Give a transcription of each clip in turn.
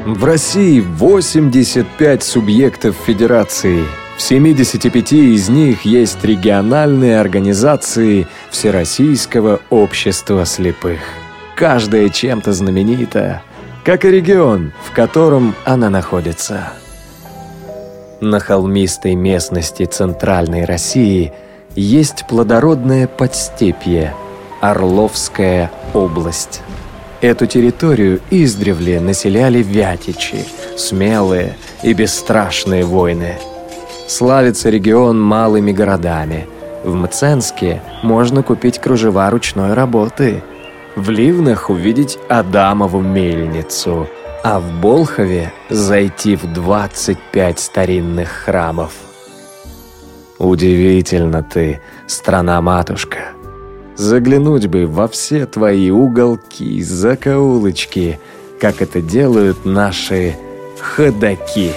В России 85 субъектов федерации. В 75 из них есть региональные организации Всероссийского общества слепых. Каждая чем-то знаменита, как и регион, в котором она находится. На холмистой местности Центральной России есть плодородное подстепье – Орловская область. Эту территорию издревле населяли вятичи, смелые и бесстрашные воины. Славится регион малыми городами. В Мценске можно купить кружева ручной работы, в Ливнах увидеть Адамову мельницу, а в Болхове зайти в 25 старинных храмов. Удивительно ты, страна-матушка. Заглянуть бы во все твои уголки, закоулочки, как это делают наши ходаки.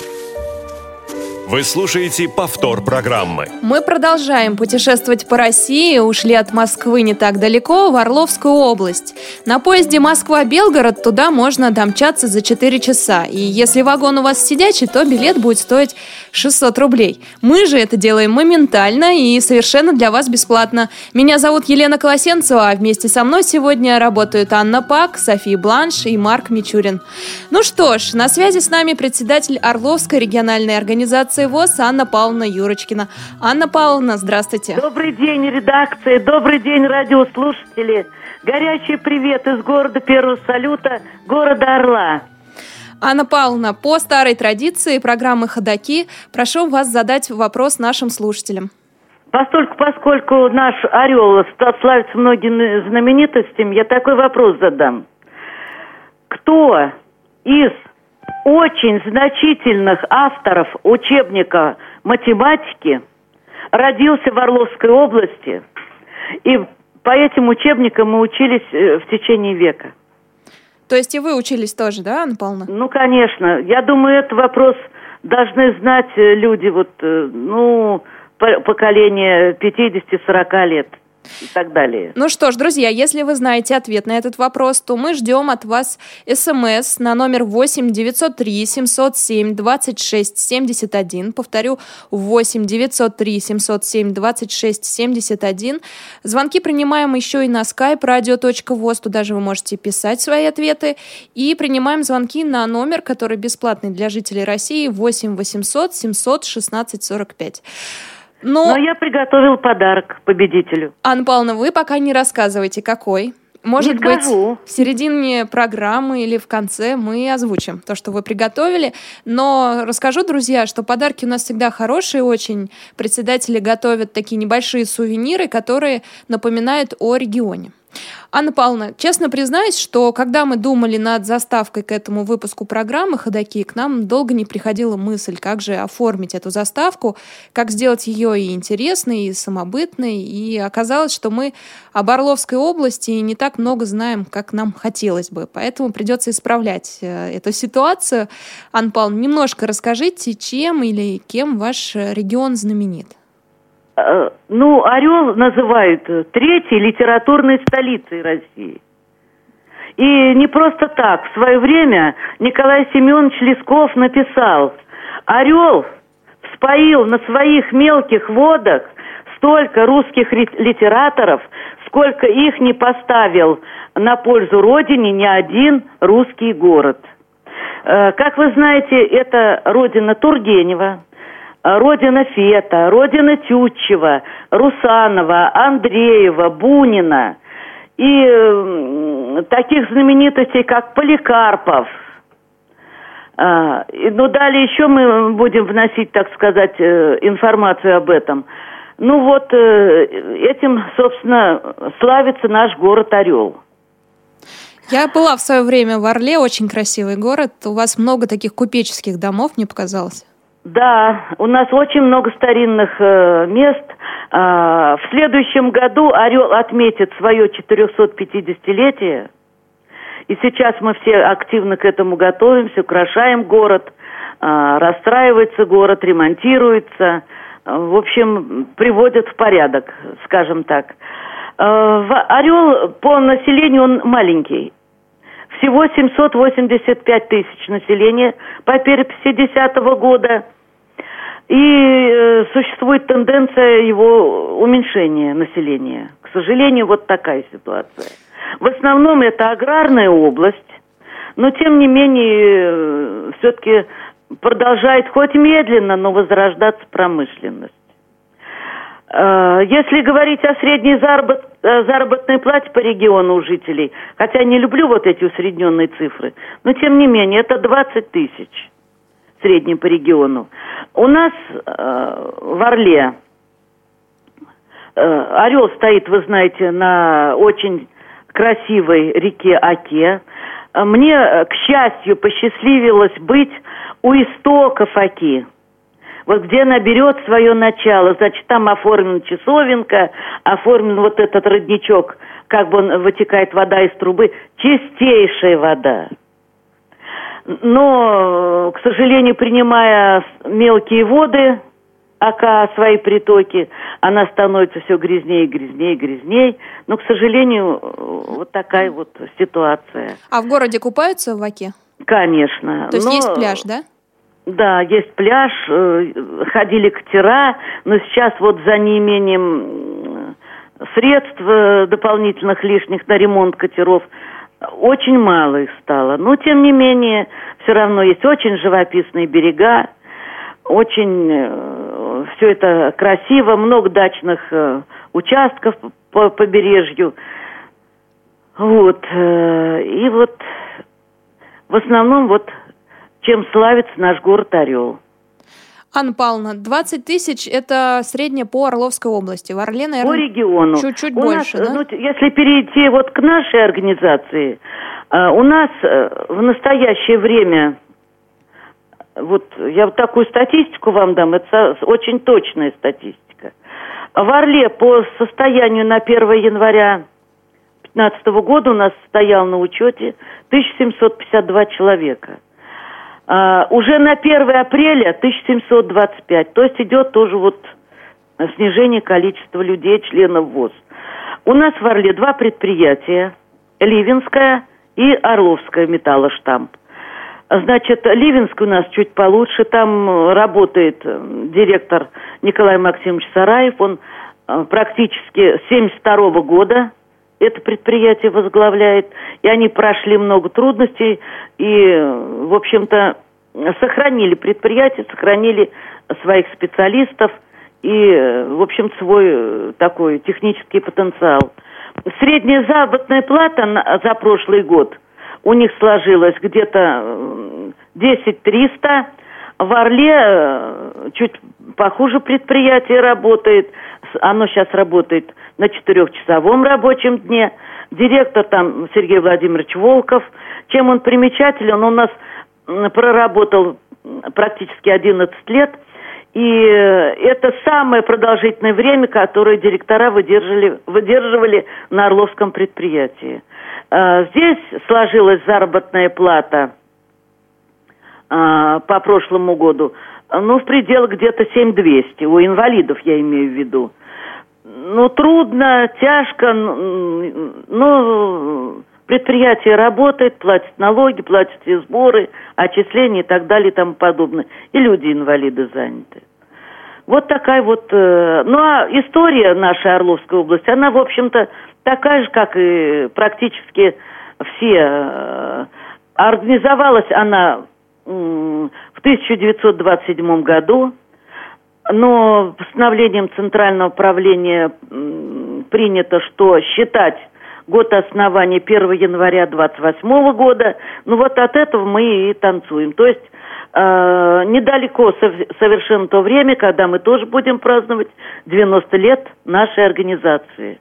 Вы слушаете повтор программы. Мы продолжаем путешествовать по России, ушли от Москвы не так далеко, в Орловскую область. На поезде Москва-Белгород туда можно домчаться за 4 часа. И если вагон у вас сидячий, то билет будет стоить 600 рублей. Мы же это делаем моментально и совершенно для вас бесплатно. Меня зовут Елена Колосенцева, а вместе со мной сегодня работают Анна Пак, София Бланш и Марк Мичурин. Ну что ж, на связи с нами председатель Орловской региональной организации ВОС Анна Павловна Юрочкина. Анна Павловна, здравствуйте. Добрый день, редакция. Добрый день, радиослушатели. Горячий привет из города Первого Салюта, города Орла. Анна Павловна, по старой традиции программы «Ходаки» прошу вас задать вопрос нашим слушателям. Поскольку наш Орел славится многими знаменитостями, я такой вопрос задам. Кто из очень значительных авторов учебника математики родился в Орловской области, и по этим учебникам мы учились в течение века? То есть и вы учились тоже, да, Анна Павловна? Ну, конечно. Я думаю, этот вопрос должны знать люди, поколение 50-40 лет и так далее. Ну что ж, друзья, если вы знаете ответ на этот вопрос, то мы ждем от вас СМС на номер 8 903 707 26 71. Повторю, 8 903 707 26 71. Звонки принимаем еще и на skype radio.voz. Туда же вы можете писать свои ответы. И принимаем звонки на номер, который бесплатный для жителей России, 8 800 700 16 45. Но я приготовил подарок победителю. Анна Павловна, вы пока не рассказывайте, какой. Может быть, в середине программы или в конце мы озвучим то, что вы приготовили. Но расскажу, друзья, что подарки у нас всегда хорошие очень. Председатели готовят такие небольшие сувениры, которые напоминают о регионе. Анна Павловна, честно признаюсь, что когда мы думали над заставкой к этому выпуску программы «Ходаки», к нам долго не приходила мысль, как же оформить эту заставку, как сделать ее и интересной, и самобытной. И оказалось, что мы об Орловской области не так много знаем, как нам хотелось бы. Поэтому придется исправлять эту ситуацию. Анна Павловна, немножко расскажите, чем или кем ваш регион знаменит. Орел называют третьей литературной столицей России. И не просто так. В свое время Николай Семенович Лесков написал: «Орел вспоил на своих мелких водах столько русских литераторов, сколько их не поставил на пользу родине ни один русский город». Как вы знаете, это родина Тургенева, родина Фета, родина Тютчева, Русанова, Андреева, Бунина и таких знаменитостей, как Поликарпов. Далее еще мы будем вносить, так сказать, информацию об этом. Этим, собственно, славится наш город Орел. Я была в свое время в Орле, очень красивый город. У вас много таких купеческих домов, мне показалось. Да, у нас очень много старинных мест. В следующем году Орел отметит свое 450-летие. И сейчас мы все активно к этому готовимся, украшаем город, расстраивается город, ремонтируется. В общем, приводят в порядок, скажем так. Орел по населению он маленький. Всего 785 тысяч населения по переписи 2010 года. И существует тенденция его уменьшения населения. К сожалению, вот такая ситуация. В основном это аграрная область, но тем не менее все-таки продолжает хоть медленно, но возрождаться промышленность. Если говорить о средней заработной плате по региону у жителей, хотя не люблю вот эти усредненные цифры, но тем не менее это 20 тысяч средний по региону. У нас в Орле Орел стоит, вы знаете, на очень красивой реке Оке. Мне, к счастью, посчастливилось быть у истоков Оки. Вот где она берет свое начало, значит, там оформлена часовенка, оформлен вот этот родничок, как бы он вытекает вода из трубы, чистейшая вода. Но, к сожалению, принимая мелкие воды, Ока, свои притоки, она становится все грязнее, грязнее, грязнее. Но, к сожалению, вот такая вот ситуация. А в городе купаются в Оке? Конечно. То есть есть пляж, да? Да, есть пляж, ходили катера, но сейчас вот за неимением средств дополнительных лишних на ремонт катеров очень мало их стало. Но, тем не менее, все равно есть очень живописные берега, очень все это красиво, много дачных участков по побережью. Вот. И вот в основном вот чем славится наш город Орел. Анна Павловна, 20 тысяч – это среднее по Орловской области. В Орле, наверное, по региону. Чуть-чуть больше, нас, да? Если перейти вот к нашей организации, у нас в настоящее время, вот я вот такую статистику вам дам, это очень точная статистика. В Орле по состоянию на 1 января 2015 года у нас стоял на учете 1752 человека. Уже на 1 апреля 1725, то есть идет тоже вот снижение количества людей, членов ВОС. У нас в Орле 2 предприятия, Ливенское и Орловское металлоштамп. Значит, Ливенское у нас чуть получше, там работает директор Николай Максимович Сараев, он практически с 1972 года это предприятие возглавляет, и они прошли много трудностей, и, в общем-то, сохранили предприятие, сохранили своих специалистов и, в общем, свой такой технический потенциал. Средняя заработная плата за прошлый год у них сложилась где-то 10 300. В Орле чуть похуже предприятие работает. Оно сейчас работает на 4-часовом рабочем дне. Директор там Сергей Владимирович Волков. Чем он примечателен? Он у нас проработал практически 11 лет. И это самое продолжительное время, которое директора выдерживали на Орловском предприятии. Здесь сложилась заработная плата по прошлому году, в пределах где-то 7200, у инвалидов я имею в виду. Трудно, тяжко, предприятие работает, платит налоги, платит все сборы, отчисления и так далее и тому подобное. И люди-инвалиды заняты. Вот такая вот... а история нашей Орловской области, она, в общем-то, такая же, как и практически все. Организовалась она в 1927 году, но постановлением Центрального правления принято, что считать год основания 1 января 28 года, от этого мы и танцуем. То есть недалеко совершенно то время, когда мы тоже будем праздновать 90 лет нашей организации.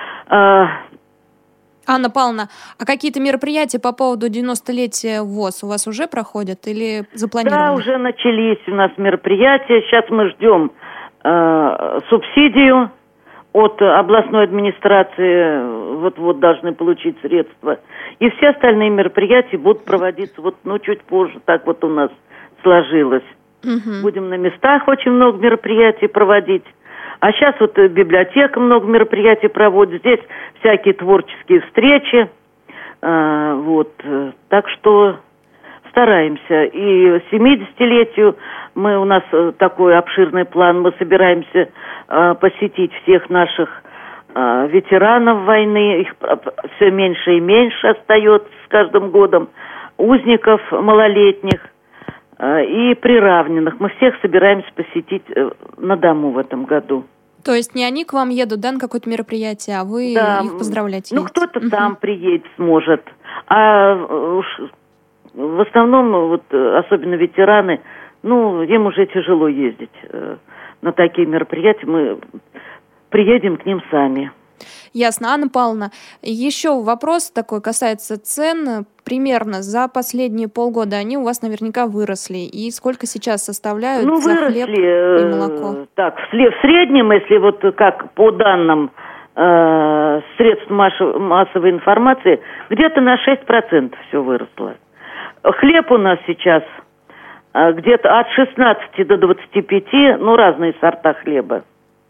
Анна Павловна, а какие-то мероприятия по поводу 90-летия ВОС у вас уже проходят или запланированы? Да, уже начались у нас мероприятия. Сейчас мы ждем субсидию от областной администрации. Вот должны получить средства. И все остальные мероприятия будут проводиться чуть позже. Так вот у нас сложилось. Угу. Будем на местах очень много мероприятий проводить. А сейчас библиотека много мероприятий проводит. Здесь всякие творческие встречи. Так что стараемся. И 70-летию у нас такой обширный план. Мы собираемся посетить всех наших ветеранов войны. Их все меньше и меньше остается с каждым годом. Узников малолетних и приравненных. Мы всех собираемся посетить на дому в этом году. То есть не они к вам едут, да, на какое-то мероприятие, а вы их поздравляете? Кто-то там приедет сможет. А в основном, особенно ветераны, им уже тяжело ездить на такие мероприятия. Мы приедем к ним сами. Ясно. Анна Павловна, еще вопрос такой касается цен. Примерно за последние полгода они у вас наверняка выросли. И сколько сейчас составляют за хлеб и молоко? Так, в среднем, если как по данным средств массовой информации, где-то на 6% все выросло. Хлеб у нас сейчас где-то от 16 до 25, разные сорта хлеба.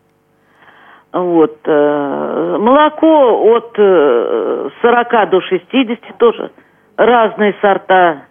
Молоко от 40 до 60 тоже разные сорта.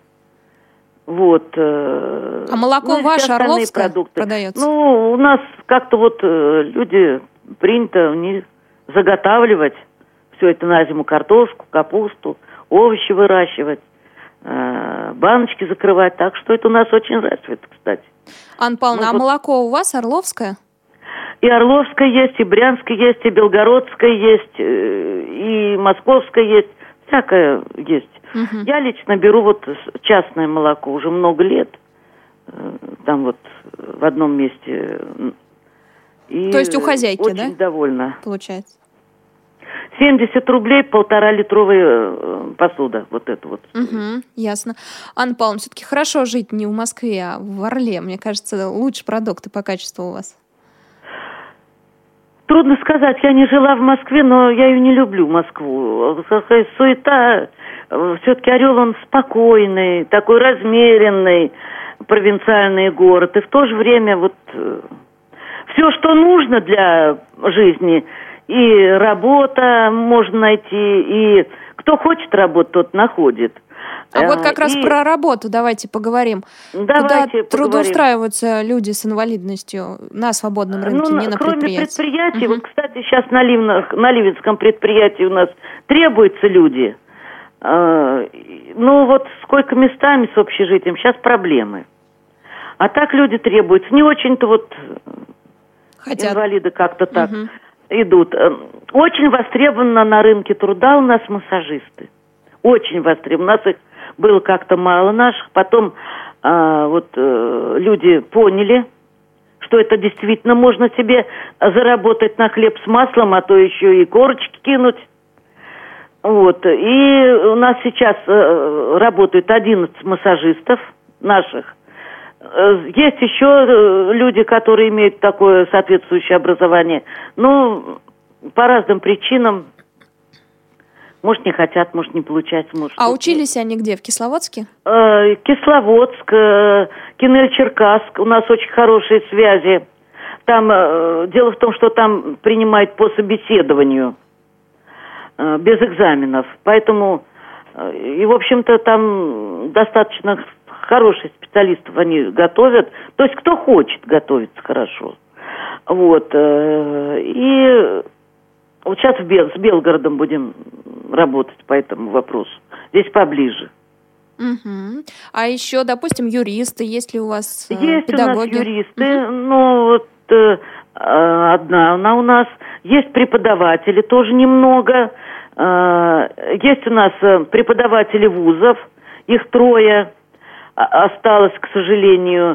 А молоко ваше Орловское продается? У нас как-то люди принято у них заготавливать все это на зиму: картошку, капусту, овощи выращивать, баночки закрывать. Так что это у нас очень развито, кстати. Анна Павловна, а молоко у вас Орловское? И Орловское есть, и Брянское есть, и Белгородское есть, и Московское есть, всякое есть. Угу. Я лично беру частное молоко уже много лет, там в одном месте. И то есть у хозяйки, очень да? Очень довольна. Получается. 70 рублей 1,5-литровая посуда, Угу, ясно. Анна Павловна, все-таки хорошо жить не в Москве, а в Орле. Мне кажется, лучше продукты по качеству у вас. Трудно сказать, я не жила в Москве, но я ее не люблю, Москву. Какая суета. Все-таки Орел, он спокойный, такой размеренный, провинциальный город. И в то же время все, что нужно для жизни, и работа можно найти, и кто хочет работать, тот находит. А как раз про работу давайте поговорим. Куда трудоустраиваются люди с инвалидностью на свободном рынке, не на предприятии? Кроме предприятий, кстати, сейчас на Ливенском предприятии у нас требуются люди. Сколько местами с общежитием, сейчас проблемы. А так люди требуются. Не очень-то хотят. Инвалиды как-то так идут. Очень востребованы на рынке труда у нас массажисты. Очень востребованы. У нас их было как-то мало наших. Потом люди поняли, что это действительно можно себе заработать на хлеб с маслом, а то еще и корочки кинуть. И у нас сейчас работают 11 массажистов наших. Есть еще люди, которые имеют такое соответствующее образование. По разным причинам. Может, не хотят, может, не получается. Может, учились они где? В Кисловодске? Кисловодск, Кинель-Черкасск. У нас очень хорошие связи. Там дело в том, что там принимают по собеседованию без экзаменов. Поэтому, в общем-то, там достаточно хороших специалистов они готовят. То есть, кто хочет, готовится хорошо. И сейчас с Белгородом будем работать по этому вопросу. Здесь поближе. Угу. А еще, допустим, юристы, есть ли у вас есть педагоги? Есть у нас юристы, одна она у нас. Есть преподаватели, тоже немного. Есть у нас преподаватели вузов, их 3 осталось, к сожалению.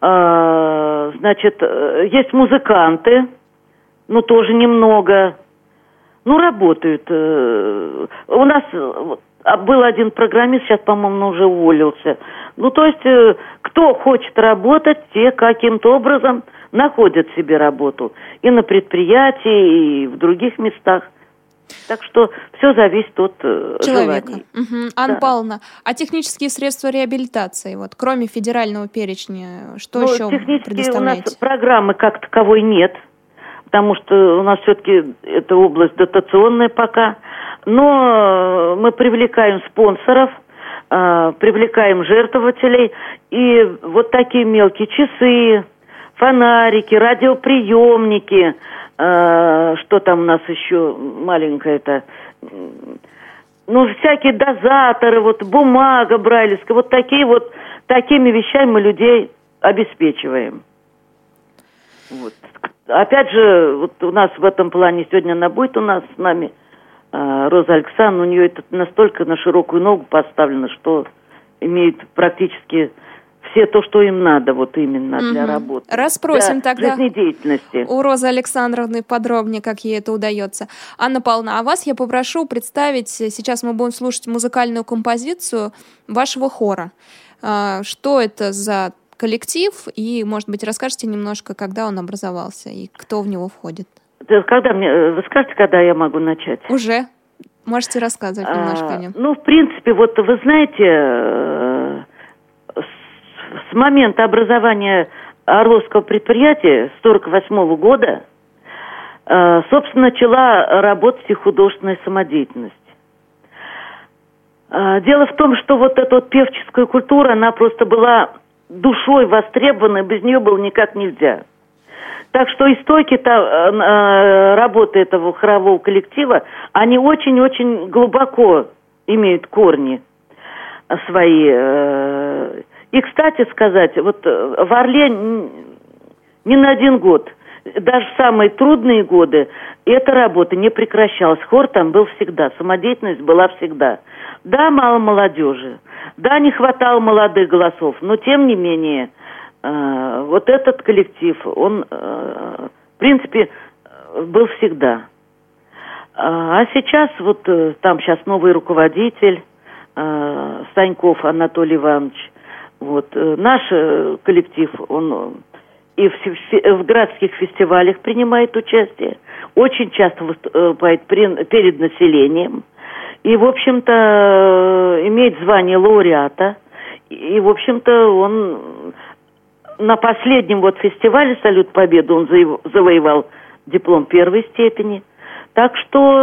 Есть музыканты, тоже немного. Работают. У нас был один программист, сейчас, по-моему, уже уволился. То есть, кто хочет работать, те каким-то образом находят себе работу. И на предприятии, и в других местах. Так что все зависит от человека. Желаний. Угу. Анна Павловна, а технические средства реабилитации, кроме федерального перечня, что еще технические предоставляете? У нас программы как таковой нет. потому что у нас все-таки эта область дотационная пока. Но мы привлекаем спонсоров, привлекаем жертвователей, и вот такие мелкие часы, фонарики, радиоприемники, что там у нас еще маленькое-то, ну, всякие дозаторы, вот бумага брайлевская, вот такими вещами мы людей обеспечиваем. Вот. Опять же, вот у нас в этом плане сегодня она будет у нас с нами, Роза Александровна, у нее это настолько на широкую ногу поставлено, что имеют практически все то, что им надо, вот именно для работы. Расспросим тогда жизнедеятельности. У Розы Александровны подробнее, как ей это удается. Анна Павловна, а вас я попрошу представить, сейчас мы будем слушать музыкальную композицию вашего хора. Что это за коллектив, и, может быть, расскажете немножко, когда он образовался и кто в него входит? Вы скажете, когда я могу начать? Уже. Можете рассказывать немножко о нем. Ну, в принципе, вот вы знаете, с момента образования Орловского предприятия с 1948 года, собственно, начала работать и художественная самодеятельность. Дело в том, что вот эта вот певческая культура, она просто была душой востребована, без нее было никак нельзя. Так что истоки работы этого хорового коллектива, они очень-очень глубоко имеют корни свои. И, кстати сказать, вот в Орле не на один год, даже в самые трудные годы, эта работа не прекращалась. Хор там был всегда, самодеятельность была всегда. Да, мало молодежи, да, не хватало молодых голосов, но тем не менее... Вот этот коллектив, он, в принципе, был всегда. А сейчас, вот там сейчас новый руководитель, Саньков Анатолий Иванович. Вот, наш коллектив, он и в городских фестивалях принимает участие, очень часто выступает перед населением. И, в общем-то, имеет звание лауреата. И, в общем-то, он... На последнем вот фестивале «Салют Победы» он завоевал диплом первой степени. Так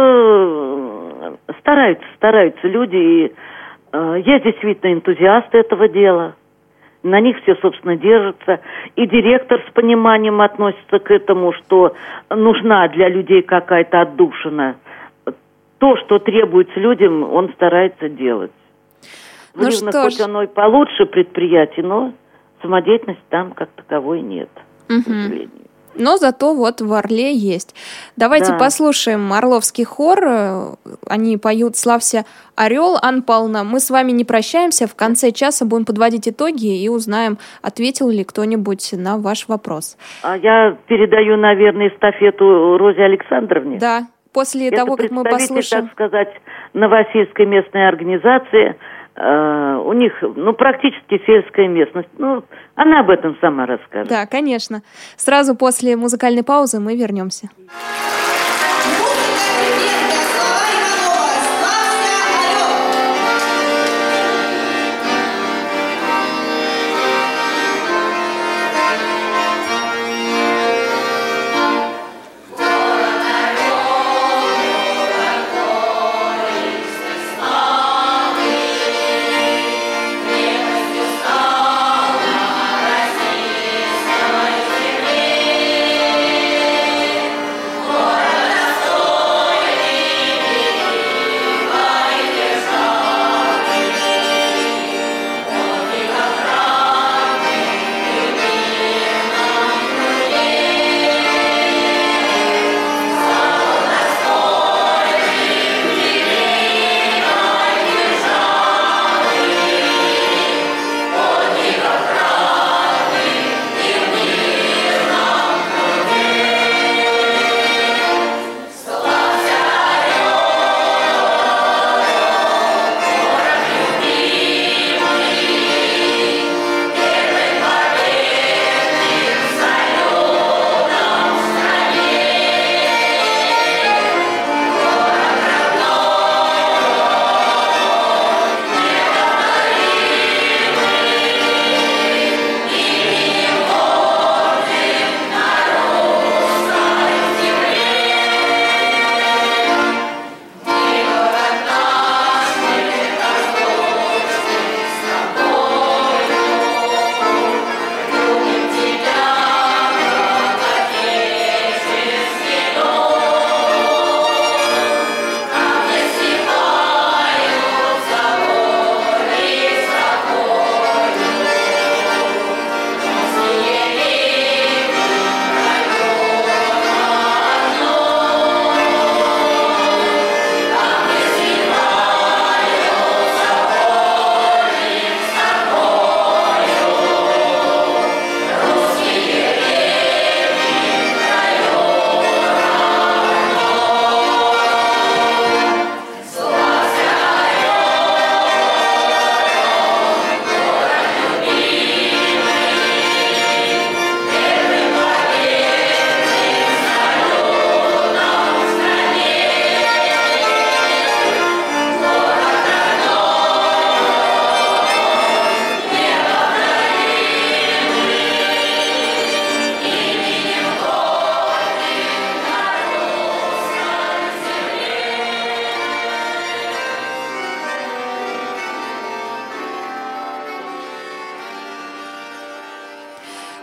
что стараются люди. И есть действительно энтузиасты этого дела. На них все, собственно, держатся. И директор с пониманием относится к этому, что нужна для людей какая-то отдушина. То, что требуется людям, он старается делать. В Ливно, хоть оно и получше предприятие, но... самодеятельности там как таковой нет, к сожалению. Но зато вот в Орле есть. Давайте послушаем Орловский хор. Они поют «Славься, Орел». Анна Павловна, мы с вами не прощаемся. В конце часа будем подводить итоги и узнаем, ответил ли кто-нибудь на ваш вопрос. А я передаю, наверное, эстафету Розе Александровне. Да, после того, как мы послушаем. Так сказать, Новосильской местной организации. У них, практически сельская местность. Она об этом сама расскажет. Да, конечно. Сразу после музыкальной паузы мы вернемся. Ora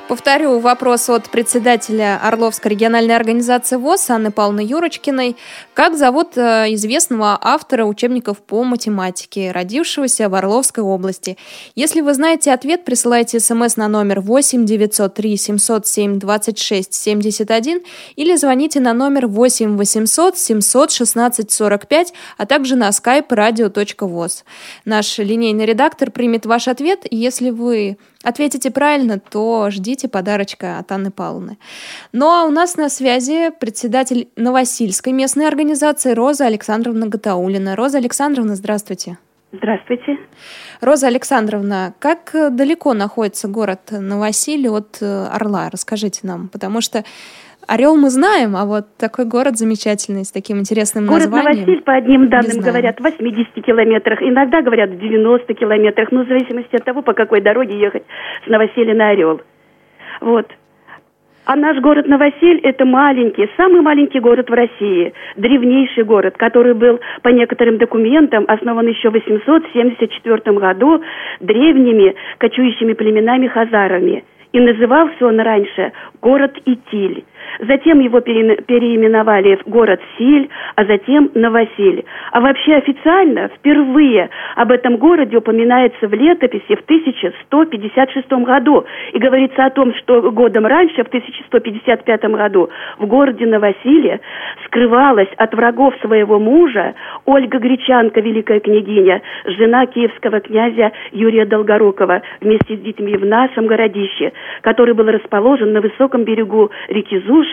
Повторю вопрос от председателя Орловской региональной организации ВОС Анны Павловны Юрочкиной. Как зовут известного автора учебников по математике, родившегося в Орловской области? Если вы знаете ответ, присылайте смс на номер 8 903 707 26 71 или звоните на номер 8 800 716 45, а также на skype radio.voz. Наш линейный редактор примет ваш ответ, и если вы ответите правильно, то ждите подарочка от Анны Павловны. Ну а у нас на связи председатель Новосильской местной организации Роза Александровна Гатауллина. Роза Александровна, здравствуйте. Здравствуйте. Роза Александровна, как далеко находится город Новосиль от Орла? Расскажите нам, потому что Орел мы знаем, а вот такой город замечательный, с таким интересным названием. Город Новосиль, по одним данным, говорят, в 80 километрах, иногда говорят в 90 километрах, но в зависимости от того, по какой дороге ехать с Новоселья на Орел. Вот. А наш город Новосиль – это маленький, самый маленький город в России, древнейший город, который был, по некоторым документам, основан еще в 874 году древними кочующими племенами хазарами. И назывался он раньше город Итиль. Затем его переименовали в город Силь, а затем Новосиль. А вообще официально впервые об этом городе упоминается в летописи в 1156 году. И говорится о том, что годом раньше, в 1155 году, в городе Новосиле скрывалась от врагов своего мужа Ольга Гречанка, великая княгиня, жена киевского князя Юрия Долгорукова, вместе с детьми в нашем городище, который был расположен на высоком берегу реки Зуши,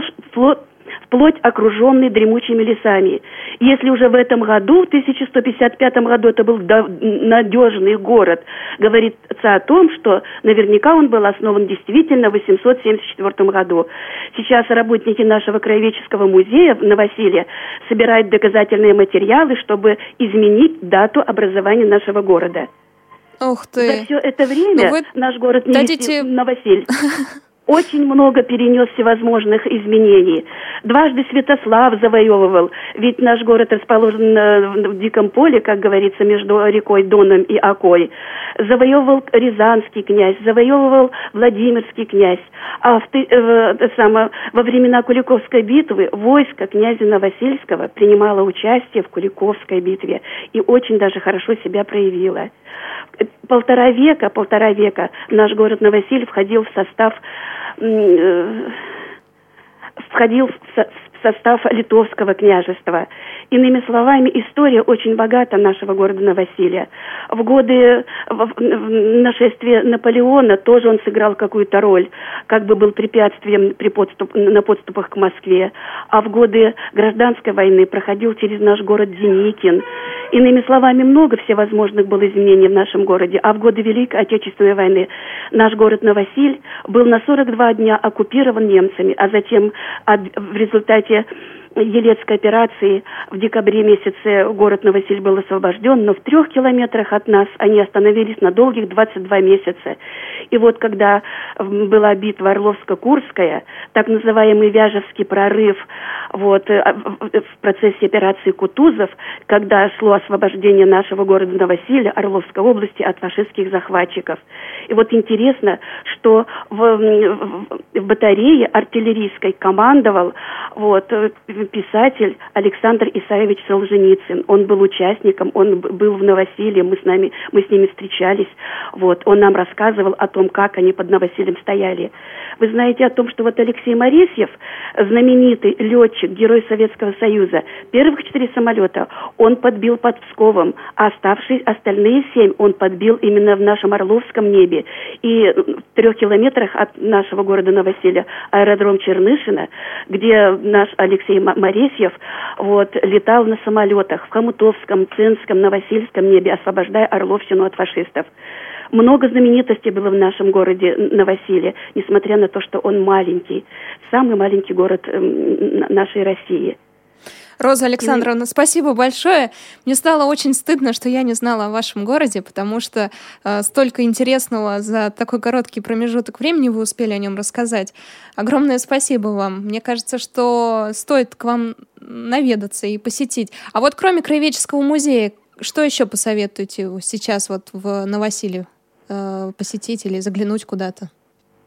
вплоть окруженный дремучими лесами. Если уже в этом году, в 1155 году, это был надежный город, говорится о том, что наверняка он был основан действительно в 874 году. Сейчас работники нашего краеведческого музея в Новосиле собирают доказательные материалы, чтобы изменить дату образования нашего города. Ух ты! За все это время наш город Новосиль очень много перенес всевозможных изменений. Дважды Святослав завоевывал, ведь наш город расположен в диком поле, как говорится, между рекой Доном и Окой. Завоевывал Рязанский князь, завоевывал Владимирский князь. А во времена Куликовской битвы войско князя Новосильского принимало участие в Куликовской битве и очень даже хорошо себя проявило. Полтора века наш город Новосиль входил в состав Литовского княжества. Иными словами, история очень богата нашего города Новосилия. В годы нашествия Наполеона тоже он сыграл какую-то роль, как бы был препятствием на подступах к Москве. А в годы гражданской войны проходил через наш город Деникин. Иными словами, много всевозможных было изменений в нашем городе. А в годы Великой Отечественной войны наш город Новосиль был на 42 дня оккупирован немцами, а затем в результате Елецкой операции в декабре месяце город Новосиль был освобожден, но в 3 километрах от нас они остановились на долгих 22 месяца. И вот когда была битва Орловско-Курская, так называемый Вяжевский прорыв, в процессе операции Кутузов, когда шло освобождение нашего города Новосиля, Орловской области от фашистских захватчиков. И вот интересно, что в батарее артиллерийской командовал писатель Александр Исаевич Солженицын. Он был участником, он был в Новосиле, мы с ними встречались. Он нам рассказывал о том, как они под Новосилем стояли. Вы знаете о том, что Алексей Моресьев, знаменитый летчик, герой Советского Союза, первых 4 самолета он подбил под Псковом, а остальные 7 он подбил именно в нашем Орловском небе. И в 3 километрах от нашего города Новосиля аэродром Чернышина, где наш Алексей Моресьев летал на самолетах в Хомутовском, Цинском, Новосильском небе, освобождая Орловщину от фашистов. Много знаменитостей было в нашем городе Новосиле, несмотря на то, что он маленький, самый маленький город нашей России. Роза Александровна, спасибо большое. Мне стало очень стыдно, что я не знала о вашем городе, потому что столько интересного за такой короткий промежуток времени вы успели о нем рассказать. Огромное спасибо вам. Мне кажется, что стоит к вам наведаться и посетить. А вот кроме Краеведческого музея, что еще посоветуете сейчас в Новосиле посетить или заглянуть куда-то?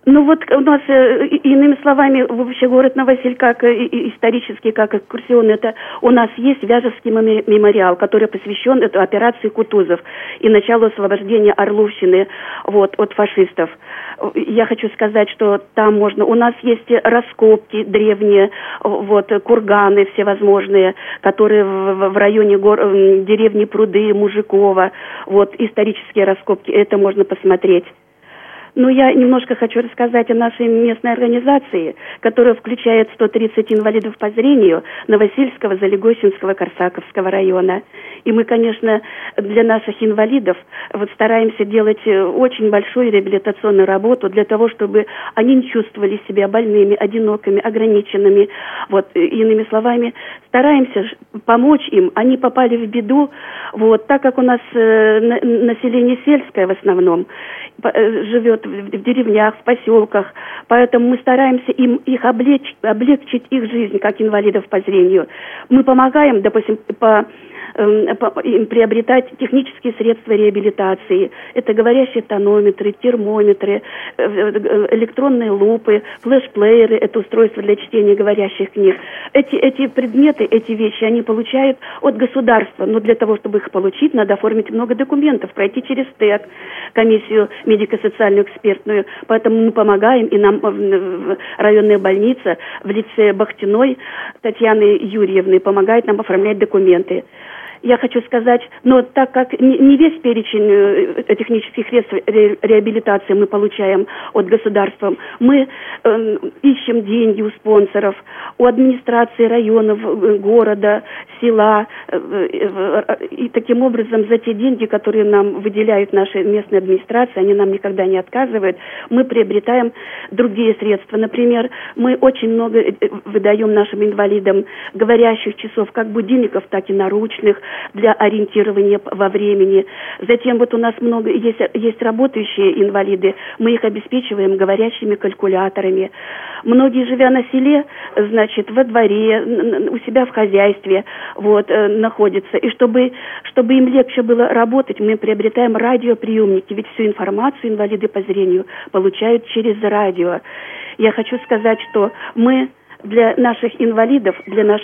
Ну вот у нас, иными словами, вообще город Новосиль, как исторический, как экскурсионный, это у нас есть Вяжевский мемориал, который посвящен этой операции Кутузов и началу освобождения Орловщины вот, от фашистов. Я хочу сказать, что там можно, у нас есть раскопки древние, вот, курганы всевозможные, которые в районе деревни Пруды, Мужикова, вот, исторические раскопки, это можно посмотреть. Ну, я немножко хочу рассказать о нашей местной организации, которая включает 130 инвалидов по зрению Новосильского, Залегощинского, Корсаковского района. И мы, конечно, для наших инвалидов вот стараемся делать очень большую реабилитационную работу для того, чтобы они не чувствовали себя больными, одинокими, ограниченными. Вот, иными словами, стараемся помочь им. Они попали в беду, вот, так как у нас население сельское в основном, живет в деревнях, в поселках, поэтому мы стараемся их облегчить их жизнь, как инвалидов по зрению. Мы помогаем, допустим, им приобретать технические средства реабилитации. Это говорящие тонометры, термометры, электронные лупы, флеш-плееры, это устройства для чтения говорящих книг. Эти предметы, эти вещи они получают от государства, но для того, чтобы их получить, надо оформить много документов, пройти через ТЭК, комиссию медико-социальную экспертную. Поэтому мы помогаем, и нам районная больница в лице Бахтиной Татьяны Юрьевны помогает нам оформлять документы. Я хочу сказать, но так как не весь перечень технических средств реабилитации мы получаем от государства, мы ищем деньги у спонсоров, у администрации районов, города, села, и таким образом за те деньги, которые нам выделяют наши местные администрации, они нам никогда не отказывают, мы приобретаем другие средства. Например, мы очень много выдаем нашим инвалидам говорящих часов, как будильников, так и наручных, для ориентирования во времени. Затем вот у нас много есть работающие инвалиды, мы их обеспечиваем говорящими калькуляторами. Многие, живя на селе, значит, во дворе, у себя в хозяйстве, вот, находятся. И чтобы им легче было работать, мы приобретаем радиоприемники, ведь всю информацию инвалиды по зрению получают через радио. Я хочу сказать, что мы для наших инвалидов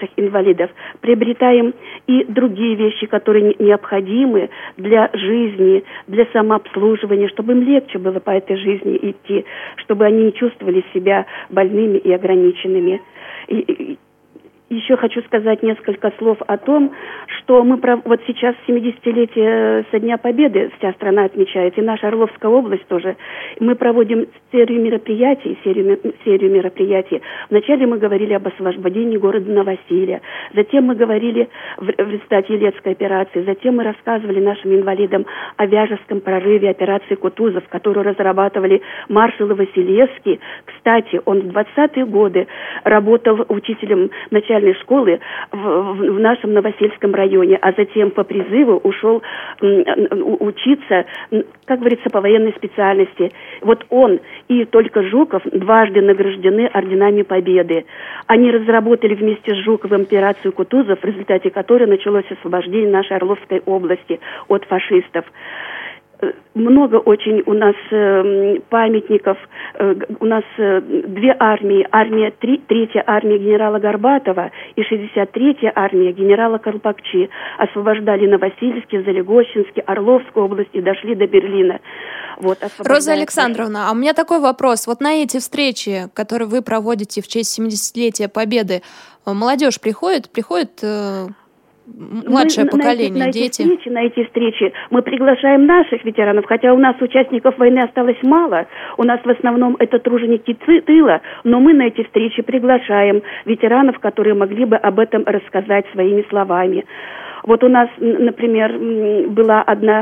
приобретаем и другие вещи, которые необходимы для жизни, для самообслуживания, чтобы им легче было по этой жизни идти, чтобы они не чувствовали себя больными и ограниченными. Еще хочу сказать несколько слов о том, что мы вот сейчас 70-летие со Дня Победы вся страна отмечает, и наша Орловская область тоже. Мы проводим серию мероприятий. Вначале мы говорили об освобождении города Новосилия, затем мы говорили в результате Елецкой операции, затем мы рассказывали нашим инвалидам о Вяжевском прорыве операции Кутузов, которую разрабатывали маршал Василевский. Кстати, он в 20-е годы работал учителем начальной школы в нашем Новосельском районе, а затем по призыву ушел учиться, как говорится, по военной специальности. Вот он и только Жуков дважды награждены орденами Победы. Они разработали вместе с Жуковым операцию Кутузов, в результате которой началось освобождение нашей Орловской области от фашистов. Много очень у нас памятников, у нас две армии, третья армия генерала Горбатова и 63-я армия генерала Колпакчи освобождали Новосильский, Залегощинский, Орловскую область и дошли до Берлина. Вот, Роза Александровна, а у меня такой вопрос. Вот на эти встречи, которые вы проводите в честь 70-летия Победы, молодежь приходит младшее поколение, дети? На эти встречи мы приглашаем наших ветеранов, хотя у нас участников войны осталось мало. У нас в основном это труженики тыла, но мы на эти встречи приглашаем ветеранов, которые могли бы об этом рассказать своими словами. Вот у нас, например, была одна,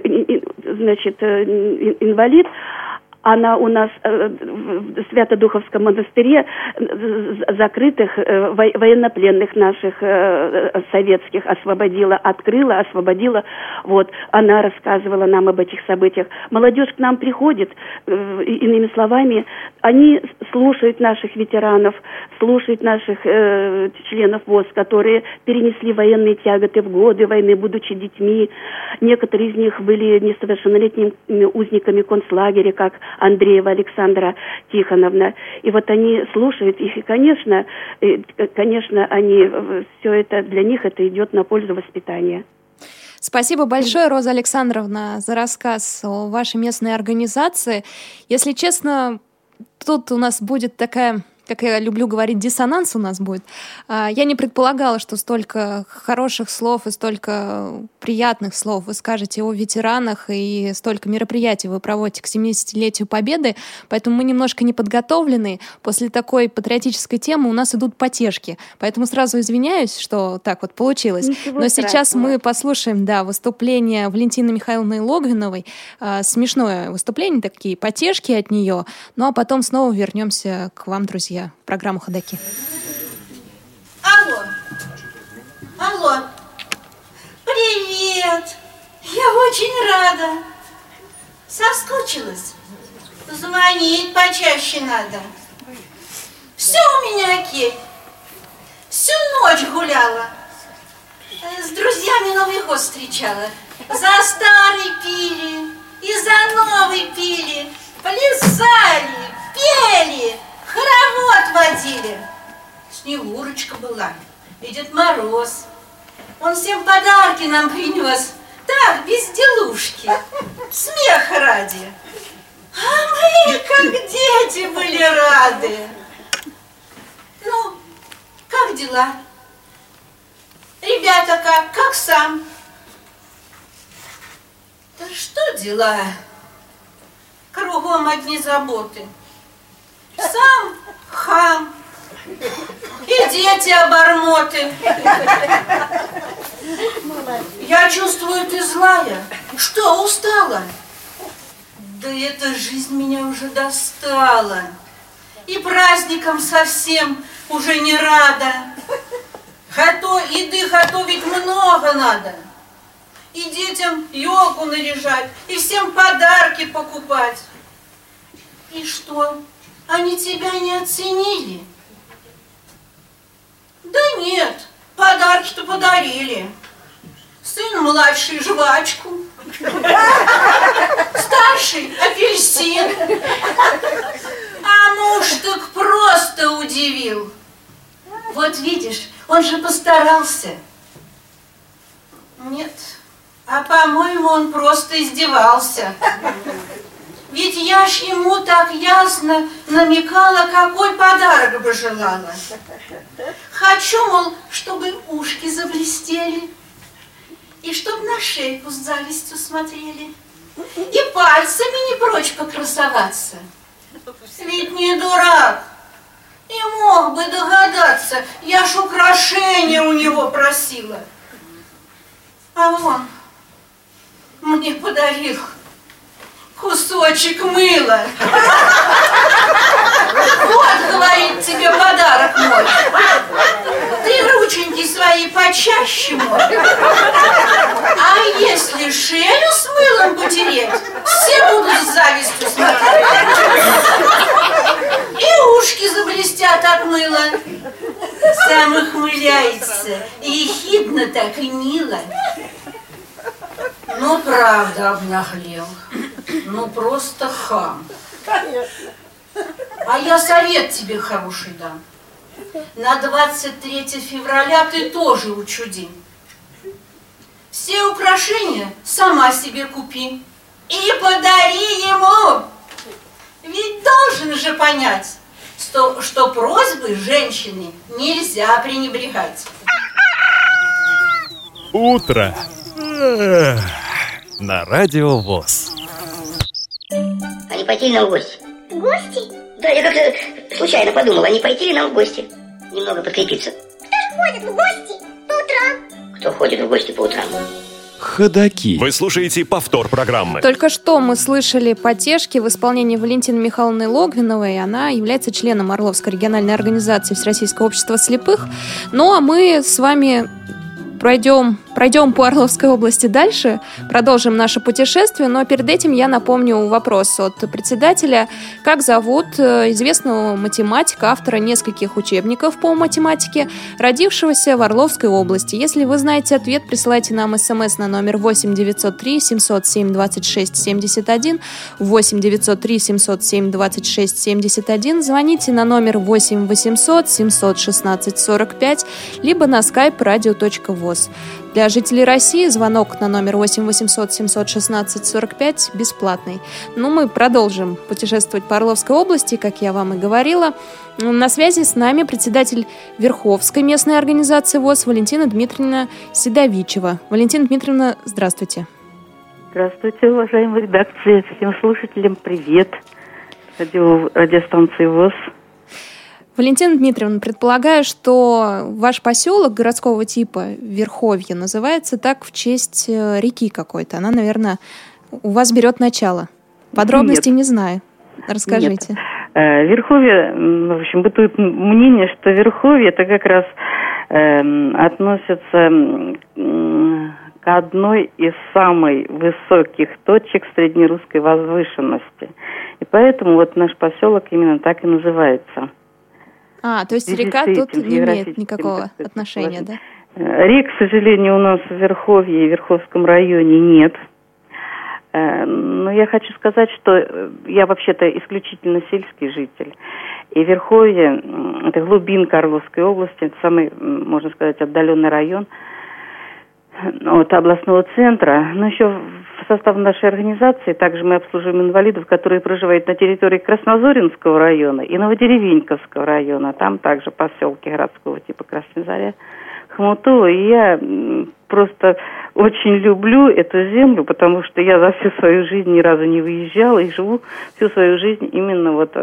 инвалид. Она у нас в Свято-Духовском монастыре закрытых военнопленных наших советских освободила. Вот, она рассказывала нам об этих событиях. Молодежь к нам приходит, иными словами, они слушают наших ветеранов, слушают наших членов ВОС, которые перенесли военные тяготы в годы войны, будучи детьми. Некоторые из них были несовершеннолетними узниками концлагеря, как Андреева Александра Тихоновна. И вот они слушают их, и, конечно, они, все это, для них это идет на пользу воспитания. Спасибо большое, Роза Александровна, за рассказ о вашей местной организации. Если честно, тут у нас будет такая, как я люблю говорить, диссонанс у нас будет. Я не предполагала, что столько хороших слов и столько приятных слов вы скажете о ветеранах, и столько мероприятий вы проводите к 70-летию Победы, поэтому мы немножко не подготовлены. После такой патриотической темы у нас идут потешки, поэтому сразу извиняюсь, что так вот получилось. Ничего Но страшного. сейчас мы послушаем, выступление Валентины Михайловны Логвиновой, смешное выступление, такие потешки от нее, ну а потом снова вернемся к вам, друзья, в программу «Ходоки». Алло, привет, я очень рада. Соскучилась? Звонить почаще надо. Все у меня окей. Всю ночь гуляла. С друзьями Новый год встречала. За старый пили и за новый пили. Плясали, пели, хоровод водили. Снегурочка была и Дед Мороз. Он всем подарки нам принес. Так, безделушки. Смеха ради. А мы, как дети, были рады. Ну, как дела? Ребята как сам? Да что дела? Кругом одни заботы. Сам хам. И дети обормоты. Я чувствую, ты злая. Что, устала? Да эта жизнь меня уже достала. И праздникам совсем уже не рада. Еды готовить много надо. И детям елку наряжать, и всем подарки покупать. И что, они тебя не оценили? Да нет, подарки-то подарили. Сын младший жвачку, старший апельсин, а муж так просто удивил. Вот видишь, он же постарался. Нет, а по-моему, он просто издевался. Ведь я ж ему так ясно намекала, какой подарок бы желала. Хочу, мол, чтобы ушки заблестели, и чтоб на шейку с завистью смотрели, и пальцами не прочь покрасоваться. Ведь не дурак, и мог бы догадаться, я ж украшения у него просила. А он мне подарил кусочек мыла. Вот, говорит, тебе подарок мой. Ты рученьки свои почаще мой. А если шею с мылом потереть, все будут с завистью смотреть. И ушки заблестят от мыла. Сам ухмыляется, ехидно так и мило. Ну, правда, обнаглел. Ну, просто хам. А я совет тебе хороший дам. На 23 февраля ты тоже учуди. Все украшения сама себе купи и подари ему. Ведь должен же понять, что просьбы женщины нельзя пренебрегать. Утро на Радио ВОС. А не пойти ли нам в гости? В гости? Да, я как-то случайно подумала, а не пойти ли нам в гости? Немного подкрепиться. Кто ж ходит в гости по утрам? Кто ходит в гости по утрам? Ходоки. Вы слушаете повтор программы. Только что мы слышали потешки в исполнении Валентины Михайловны Логвиновой. Она является членом Орловской региональной организации Всероссийского общества слепых. Ну а мы с вами пройдем Пройдем по Орловской области дальше, продолжим наше путешествие, но перед этим я напомню вопрос от председателя. Как зовут известного математика, автора нескольких учебников по математике, родившегося в Орловской области? Если вы знаете ответ, присылайте нам смс на номер 8 903 707 26 71, 8 903 707 26 71, звоните на номер 8 800 716 45, либо на skype radio.voz. Для жителей России звонок на номер 8 800 716 45 бесплатный. Мы продолжим путешествовать по Орловской области, как я вам и говорила. На связи с нами председатель Верховской местной организации ВОС Валентина Дмитриевна Седовичева. Валентина Дмитриевна, здравствуйте. Здравствуйте, уважаемые редакции. Всем слушателям привет. Радиостанции ВОС. Валентина Дмитриевна, предполагаю, что ваш поселок городского типа Верховье называется так в честь реки какой-то. Она, наверное, у вас берет начало. Подробностей не знаю. Расскажите. Нет. Верховье, в общем, бытует мнение, что Верховье это как раз относится к одной из самых высоких точек среднерусской возвышенности. И поэтому вот наш поселок именно так и называется. То есть река тут не имеет никакого отношения, да? Рек, к сожалению, у нас в Верховье и Верховском районе нет. Но я хочу сказать, что я вообще-то исключительно сельский житель. И Верховье, это глубинка Орловской области, это самый, можно сказать, отдаленный район от областного центра. Но еще в состав нашей организации также мы обслуживаем инвалидов, которые проживают на территории Краснозоринского района и Новодеревеньковского района. Там также поселки городского типа Красная Заря, Хомутово. И я просто очень люблю эту землю, потому что я за всю свою жизнь ни разу не выезжала и живу всю свою жизнь именно вот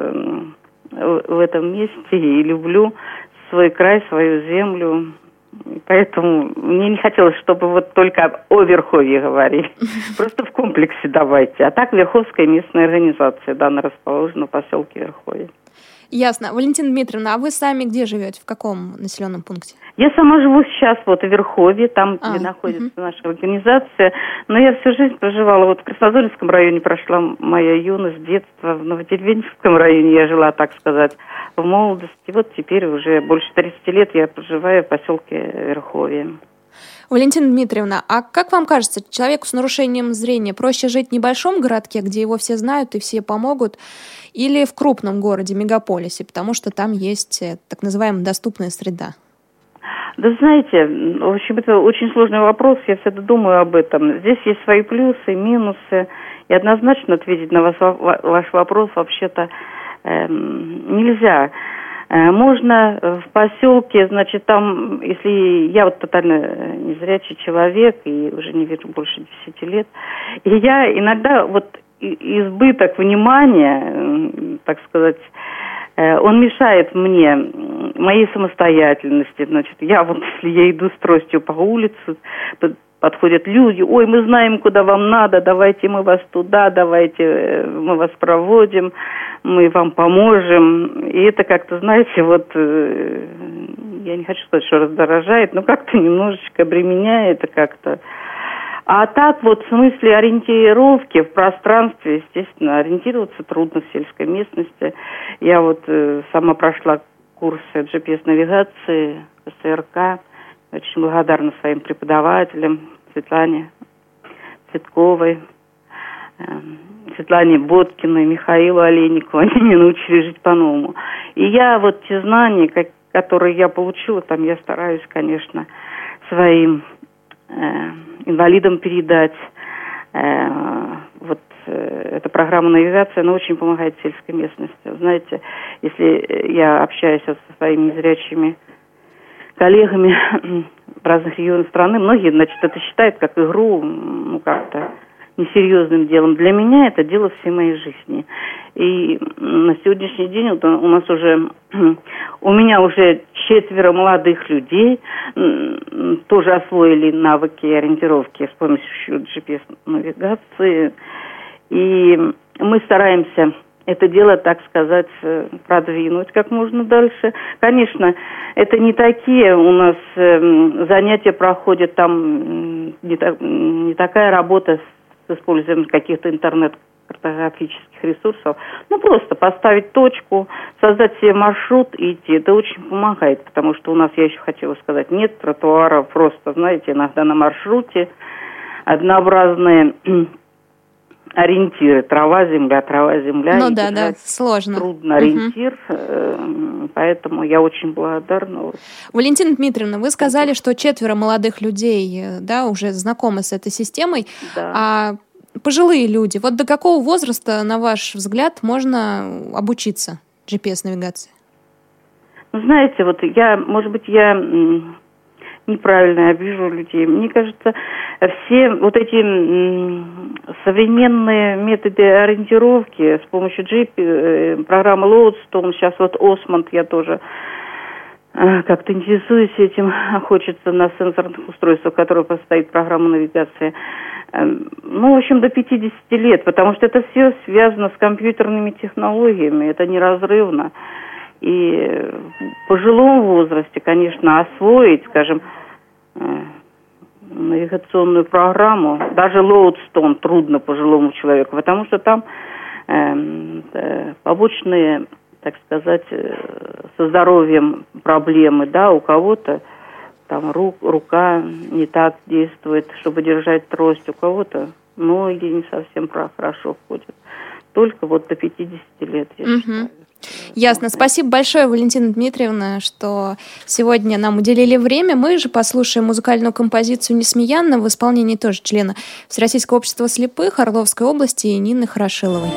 в этом месте и люблю свой край, свою землю. Поэтому мне не хотелось, чтобы вот только о Верховье говорили. Просто в комплексе давайте. А так Верховская местная организация, да, она расположена в поселке Верховье. Ясно. Валентина Дмитриевна, а вы сами где живете? В каком населенном пункте? Я сама живу сейчас вот в Верховье, там, где находится наша организация. Но я всю жизнь проживала вот в Краснозоринском районе, прошла моя юность, детство. В Новодеревеньковском районе я жила, так сказать, в молодости. Вот теперь уже больше 30 лет я проживаю в поселке Верховье. Валентина Дмитриевна, а как вам кажется, человеку с нарушением зрения проще жить в небольшом городке, где его все знают и все помогут, или в крупном городе, мегаполисе, потому что там есть так называемая доступная среда? Да знаете, в общем, это очень сложный вопрос, я всегда думаю об этом. Здесь есть свои плюсы, минусы, и однозначно ответить на ваш вопрос вообще-то нельзя. Можно в поселке, значит, там, если я вот тотально незрячий человек и уже не вижу больше 10 лет, и я иногда вот избыток внимания, так сказать, он мешает мне, моей самостоятельности. Значит, я вот, если я иду с тростью по улице, подходят люди, ой, мы знаем, куда вам надо, давайте мы вас туда, давайте мы вас проводим, мы вам поможем. И это как-то, знаете, вот, я не хочу сказать, что раздражает, но как-то немножечко обременяет как-то. А так вот в смысле ориентировки в пространстве, естественно, ориентироваться трудно в сельской местности. Я вот сама прошла курсы GPS-навигации, СРК. Очень благодарна своим преподавателям, Светлане Цветковой, Светлане Боткиной, Михаилу Олейникову. Они меня научили жить по-новому. И я вот те знания, которые я получила, там я стараюсь, конечно, своим инвалидам передать. Вот эта программа навигации, она очень помогает сельской местности. Знаете, если я общаюсь со своими незрячими коллегами в разных регионах страны, многие, значит, это считают как игру, ну, как-то несерьезным делом. Для меня это дело всей моей жизни. И на сегодняшний день у нас уже, у меня уже 4 молодых людей тоже освоили навыки ориентировки с помощью GPS-навигации. И мы стараемся это дело, так сказать, продвинуть как можно дальше. Конечно, это не такие у нас занятия проходят, там не такая работа с использованием каких-то интернет-картографических ресурсов. Просто поставить точку, создать себе маршрут и идти. Это очень помогает, потому что у нас, я еще хотела сказать, нет тротуара, просто, знаете, иногда на маршруте однообразные ориентиры. Трава, земля. Да, сложно. Трудно ориентир, поэтому я очень благодарна. Валентина Дмитриевна, вы сказали, что 4 молодых людей, да, уже знакомы с этой системой, да. А пожилые люди, вот до какого возраста, на ваш взгляд, можно обучиться GPS-навигации? Знаете, может быть, я неправильно обижу людей. Мне кажется, все вот эти современные методы ориентировки с помощью программы Lodestone, сейчас Osmond, я тоже как-то интересуюсь этим, хочется на сенсорных устройствах, которые поставит программа навигации. В общем, до 50 лет, потому что это все связано с компьютерными технологиями, это неразрывно. И в пожилом возрасте, конечно, освоить, скажем, навигационную программу, даже Lodestone трудно пожилому человеку, потому что там побочные, так сказать, со здоровьем проблемы, да, у кого-то там рука не так действует, чтобы держать трость, у кого-то ноги не совсем хорошо входят. Только до 50 лет, я считаю. Ясно. Спасибо большое, Валентина Дмитриевна, что сегодня нам уделили время. Мы же послушаем музыкальную композицию «Несмеянно» в исполнении тоже члена Всероссийского общества слепых Орловской области Нины Хорошиловой.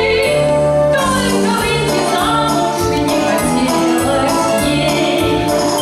Только выйти замуж не хотелось ей.